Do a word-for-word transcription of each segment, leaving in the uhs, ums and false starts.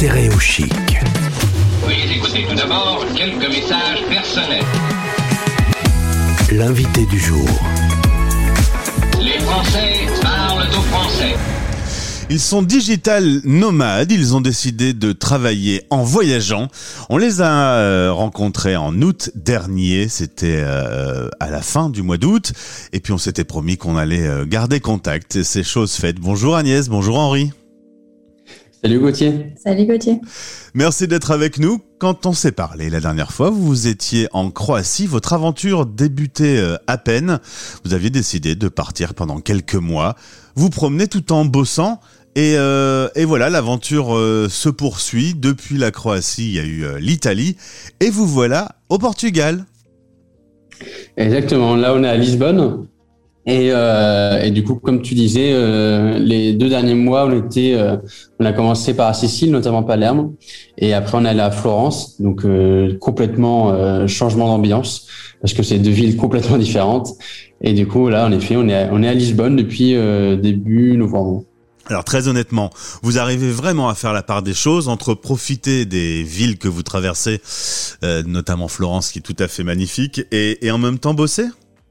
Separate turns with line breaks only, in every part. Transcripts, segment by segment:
Stéréo Chic.
Veuillez écouter tout d'abord quelques messages personnels.
L'invité du jour.
Les Français parlent aux Français.
Ils sont digital nomades, ils ont décidé de travailler en voyageant. On les a euh, rencontrés en août dernier, c'était euh, à la fin du mois d'août. Et puis on s'était promis qu'on allait euh, garder contact, et c'est chose faite. Bonjour Agnès, bonjour Henri.
Salut Gauthier.
Salut Gauthier.
Merci d'être avec nous. Quand on s'est parlé la dernière fois, vous étiez en Croatie. Votre aventure débutait à peine. Vous aviez décidé de partir pendant quelques mois. Vous promenez tout en bossant. Et, euh, et voilà, l'aventure euh, se poursuit. Depuis la Croatie, il y a eu euh, l'Italie. Et vous voilà au Portugal.
Exactement. Là, on est à Lisbonne. Et, euh, et du coup, comme tu disais, euh, les deux derniers mois, on était, euh, on a commencé par Sicile, notamment Palerme, et après on est allé à Florence, donc euh, complètement euh, changement d'ambiance parce que c'est deux villes complètement différentes. Et du coup, là, en effet, on est à, on est à Lisbonne depuis euh, début novembre.
Alors très honnêtement, vous arrivez vraiment à faire la part des choses entre profiter des villes que vous traversez, euh, notamment Florence, qui est tout à fait magnifique, et, et en même temps bosser ?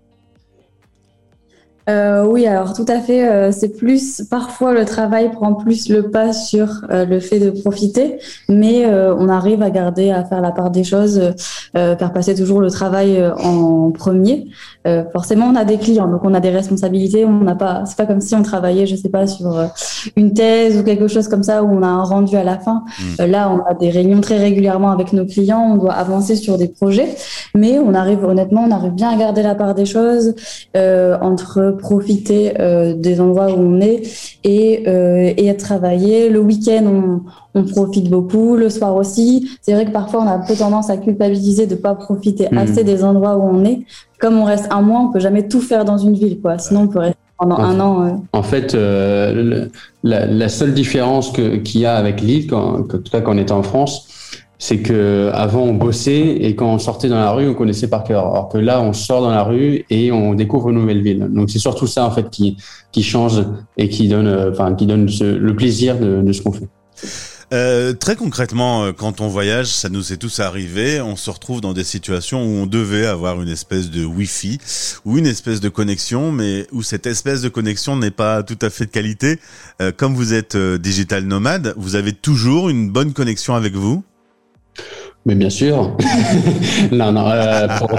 Euh, oui, alors tout à fait. Euh, c'est plus parfois le travail prend plus le pas sur euh, le fait de profiter, mais euh, on arrive à garder, à faire la part des choses, euh, faire passer toujours le travail euh, en premier. Euh, forcément, on a des clients, donc on a des responsabilités. On n'a pas, c'est pas comme si on travaillait, je sais pas, sur euh, une thèse ou quelque chose comme ça où on a un rendu à la fin. Mmh. Euh, là, on a des réunions très régulièrement avec nos clients. On doit avancer sur des projets, mais on arrive honnêtement, on arrive bien à garder la part des choses euh, entre profiter euh, des endroits où on est et, euh, et travailler. Le week-end, on, on profite beaucoup. Le soir aussi. C'est vrai que parfois, on a un peu tendance à culpabiliser de ne pas profiter mmh. assez des endroits où on est. Comme on reste un mois, on peut jamais tout faire dans une ville, quoi. Sinon, on peut rester pendant
en
un
fait,
an. Euh...
En fait, euh, le, la, la seule différence que, qu'il y a avec Lille, quand, en tout cas quand on était en France, c'est que avant on bossait et quand on sortait dans la rue, on connaissait par cœur. Alors que là, on sort dans la rue et on découvre une nouvelle ville. Donc c'est surtout ça en fait qui qui change et qui donne, enfin qui donne ce, le plaisir de, de ce qu'on fait.
Euh, très concrètement, quand on voyage, ça nous est tous arrivé, on se retrouve dans des situations où on devait avoir une espèce de Wi-Fi ou une espèce de connexion, mais où cette espèce de connexion n'est pas tout à fait de qualité. Euh, comme vous êtes euh, digital nomade, vous avez toujours une bonne connexion avec vous ?
Mais bien sûr. non, non. Euh, pour,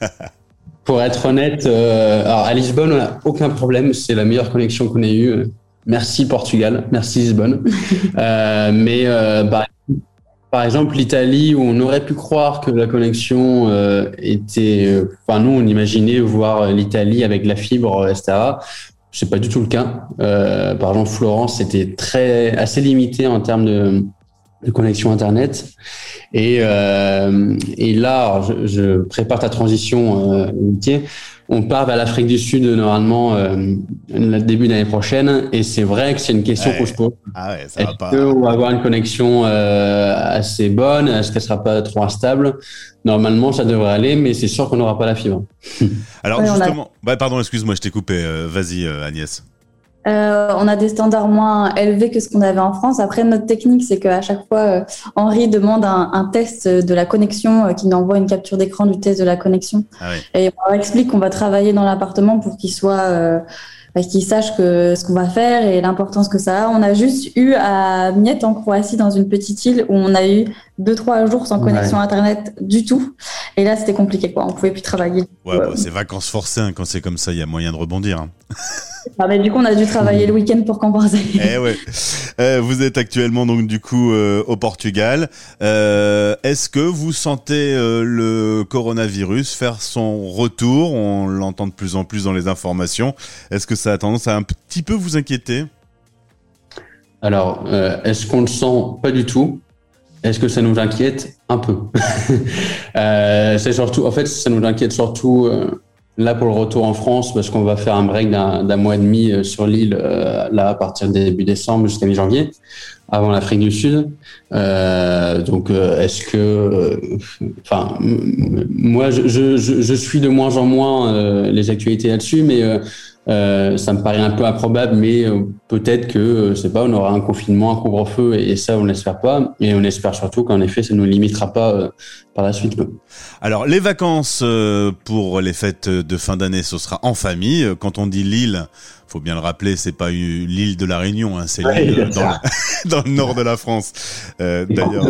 pour être honnête, euh, alors à Lisbonne, on n'a aucun problème. C'est la meilleure connexion qu'on ait eue. Merci Portugal, merci Lisbonne. euh, mais euh, par, par exemple, l'Italie, où on aurait pu croire que la connexion euh, était, euh, enfin nous, on imaginait voir l'Italie avec la fibre, et cetera. C'est pas du tout le cas. Euh, par exemple, Florence, c'était très assez limité en termes de de connexion Internet. Et, euh, et là, je, je prépare ta transition, euh, Gauthier. On part vers l'Afrique du Sud, normalement, euh, le début d'année prochaine. Et c'est vrai que c'est une question
ouais.
qu'on se pose.
Ah ouais, ça
Est-ce
va pas.
qu'on va avoir une connexion euh, assez bonne? Est-ce qu'elle sera pas trop instable? Normalement, ça devrait aller, mais c'est sûr qu'on n'aura pas la fibre.
Alors,
ouais,
justement, a... bah, pardon, excuse-moi, je t'ai coupé. Euh, vas-y, euh, Agnès.
Euh, on a des standards moins élevés que ce qu'on avait en France. Après, notre technique, c'est qu'à chaque fois, euh, Henri demande un, un test de la connexion, euh, qui nous envoie une capture d'écran du test de la connexion.
Ah oui.
Et on leur explique qu'on va travailler dans l'appartement pour qu'il soit, euh, bah, qu'ils sachent que ce qu'on va faire et l'importance que ça a. On a juste eu à Miette en Croatie, dans une petite île, où on a eu deux trois jours sans connexion ouais. Internet du tout. Et là, c'était compliqué, quoi. On pouvait plus travailler.
Ouais, bah, c'est vacances forcées, hein. Quand c'est comme ça, il y a moyen de rebondir. Hein.
Ah mais du coup, on a dû travailler le week-end pour compenser.
Eh ouais. Euh, vous êtes actuellement donc du coup euh, au Portugal. Euh, est-ce que vous sentez euh, le coronavirus faire son retour ? On l'entend de plus en plus dans les informations. Est-ce que ça a tendance à un petit peu vous inquiéter ?
Alors, euh, est-ce qu'on le sent ? Pas du tout. Est-ce que ça nous inquiète ? Un peu. euh, c'est surtout, en fait, ça nous inquiète surtout. Euh, Là, pour le retour en France, parce qu'on va faire un break d'un, d'un mois et demi sur l'île, euh, là, à partir de début décembre jusqu'à mi-janvier, avant l'Afrique du Sud. Euh, donc, euh, est-ce que... Enfin, euh, moi, je, je, je suis de moins en moins euh, les actualités là-dessus, mais euh, Euh, ça me paraît un peu improbable, mais euh, peut-être que, euh, je sais pas, on aura un confinement, un couvre-feu, et, et ça, on l'espère pas. Et on espère surtout qu'en effet, ça ne nous limitera pas euh, par la suite. Quoi.
Alors, les vacances euh, pour les fêtes de fin d'année, ce sera en famille. Quand on dit l'île, faut bien le rappeler, c'est pas l'île de la Réunion, hein, c'est l'île ouais, dans, le, dans le nord de la France. Euh, d'ailleurs.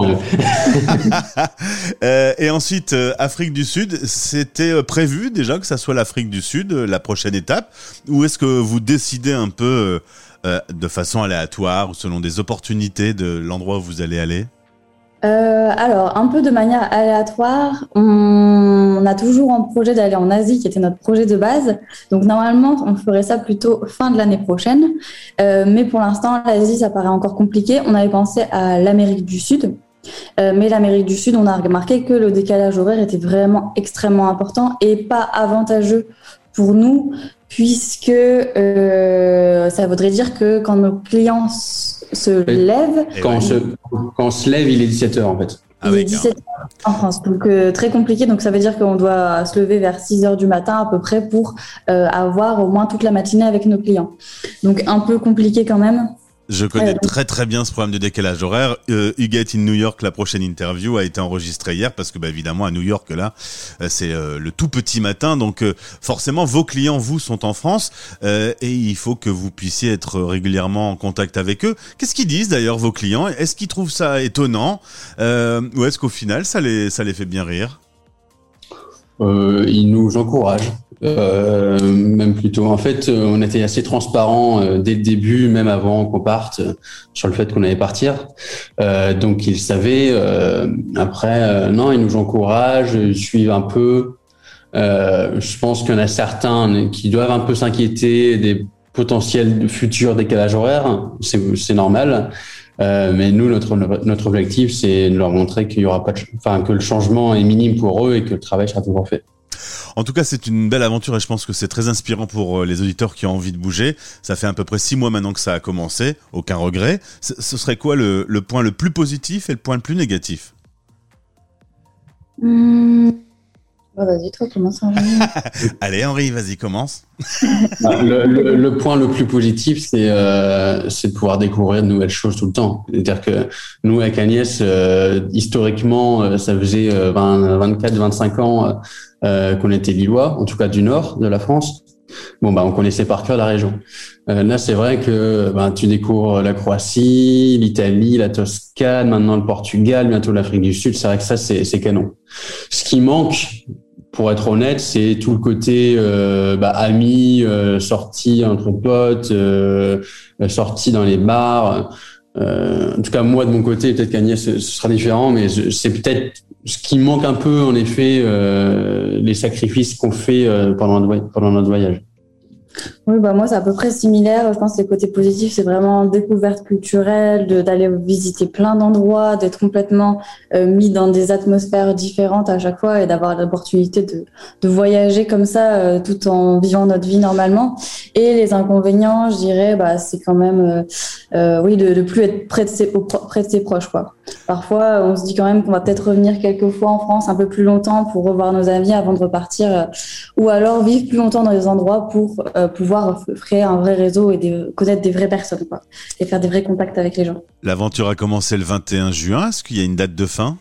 euh, et ensuite, euh, Afrique du Sud, c'était prévu déjà que ça soit l'Afrique du Sud, la prochaine étape, ou est-ce que vous décidez un peu euh, de façon aléatoire ou selon des opportunités de l'endroit où vous allez aller?
Euh, alors, un peu de manière aléatoire, on, on a toujours en projet d'aller en Asie, qui était notre projet de base. Donc, normalement, on ferait ça plutôt fin de l'année prochaine. Euh, mais pour l'instant, l'Asie, ça paraît encore compliqué. On avait pensé à l'Amérique du Sud. Euh, mais l'Amérique du Sud, on a remarqué que le décalage horaire était vraiment extrêmement important et pas avantageux pour nous, puisque euh, ça voudrait dire que quand nos clients se lèvent...
Quand on se, quand on se lève, il est dix-sept heures en fait.
Il ah est dix-sept heures en France, donc euh, très compliqué. Donc ça veut dire qu'on doit se lever vers six heures du matin à peu près pour euh, avoir au moins toute la matinée avec nos clients. Donc un peu compliqué quand même.
Je connais euh, très très bien ce problème de décalage horaire. Euh, Huguette in New York, la prochaine interview a été enregistrée hier parce que bah, évidemment à New York là, euh, c'est euh, le tout petit matin, donc euh, forcément vos clients vous sont en France euh, et il faut que vous puissiez être régulièrement en contact avec eux. Qu'est-ce qu'ils disent d'ailleurs vos clients? Est-ce qu'ils trouvent ça étonnant euh, ou est-ce qu'au final ça les ça les fait bien rire?
Euh, ils nous encouragent. Euh, même plutôt. En fait, on était assez transparent euh, dès le début, même avant qu'on parte, euh, sur le fait qu'on allait partir. Euh, donc, ils savaient. Euh, après, euh, non, ils nous encouragent, ils suivent un peu. Euh, je pense qu'il y en a certains qui doivent un peu s'inquiéter des potentiels futurs décalages horaires. C'est, c'est normal. Euh, mais nous, notre notre objectif, c'est de leur montrer qu'il y aura pas de, enfin, que le changement est minime pour eux et que le travail sera toujours fait.
En tout cas, c'est une belle aventure et je pense que c'est très inspirant pour les auditeurs qui ont envie de bouger. Ça fait à peu près six mois maintenant que ça a commencé, aucun regret. Ce serait quoi le, le point le plus positif et le point le plus négatif?
mmh. Oh, vas-y, toi, commence Henri.
Allez, Henri, vas-y, commence.
le, le, le point le plus positif, c'est, euh, c'est de pouvoir découvrir de nouvelles choses tout le temps. C'est-à-dire que nous, avec Agnès, euh, historiquement, ça faisait vingt, vingt-quatre, vingt-cinq ans euh, qu'on était lillois, en tout cas du nord de la France. Bon, bah, on connaissait par cœur la région. Euh, là, c'est vrai que bah, tu découvres la Croatie, l'Italie, la Toscane, maintenant le Portugal, bientôt l'Afrique du Sud. C'est vrai que ça, c'est, c'est canon. Ce qui manque, pour être honnête, c'est tout le côté euh, bah, amis, euh, sorties entre potes, euh, sorties dans les bars. Euh, en tout cas, moi, de mon côté, peut-être qu'Agnès, ce sera différent, mais je, c'est peut-être ce qui manque un peu, en effet, euh, les sacrifices qu'on fait euh, pendant, notre, pendant notre voyage.
Oui, bah moi c'est à peu près similaire. Je pense que les côtés positifs, c'est vraiment découverte culturelle, de, d'aller visiter plein d'endroits, d'être complètement euh, mis dans des atmosphères différentes à chaque fois et d'avoir l'opportunité de, de voyager comme ça euh, tout en vivant notre vie normalement. Et les inconvénients, je dirais, bah c'est quand même, euh, euh, oui, de, de plus être près de ses, près de ses proches, quoi. Parfois, on se dit quand même qu'on va peut-être revenir quelques fois en France un peu plus longtemps pour revoir nos amis avant de repartir, euh, ou alors vivre plus longtemps dans les endroits pour euh, pouvoir créer un vrai réseau et de connaître des vraies personnes, quoi, et faire des vrais contacts avec les gens.
L'aventure a commencé le vingt et un juin. Est-ce qu'il y a une date de fin?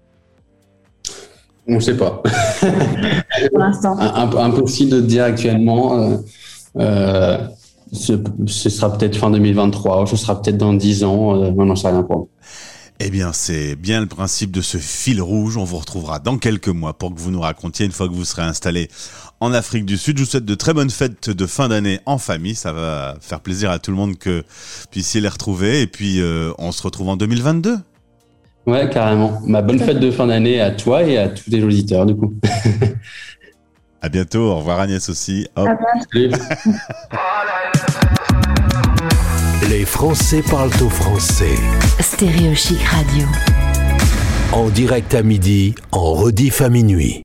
On ne sait pas.
Pour l'instant.
Impossible de dire actuellement. Euh, euh, ce, ce sera peut-être fin deux mille vingt-trois, ou ce sera peut-être dans dix ans. Euh, on n'en sait rien pour moi.
Eh bien, c'est bien le principe de ce fil rouge. On vous retrouvera dans quelques mois pour que vous nous racontiez une fois que vous serez installé en Afrique du Sud. Je vous souhaite de très bonnes fêtes de fin d'année en famille. Ça va faire plaisir à tout le monde que vous puissiez les retrouver. Et puis, euh, on se retrouve en deux mille vingt-deux.
Ouais, carrément. Ma bonne fête de fin d'année à toi et à tous les auditeurs, du coup.
À bientôt. Au revoir Agnès aussi. Hop.
Salut.
Les Français parlent au français.
Stéréo Chic Radio.
En direct à midi, en rediff à minuit.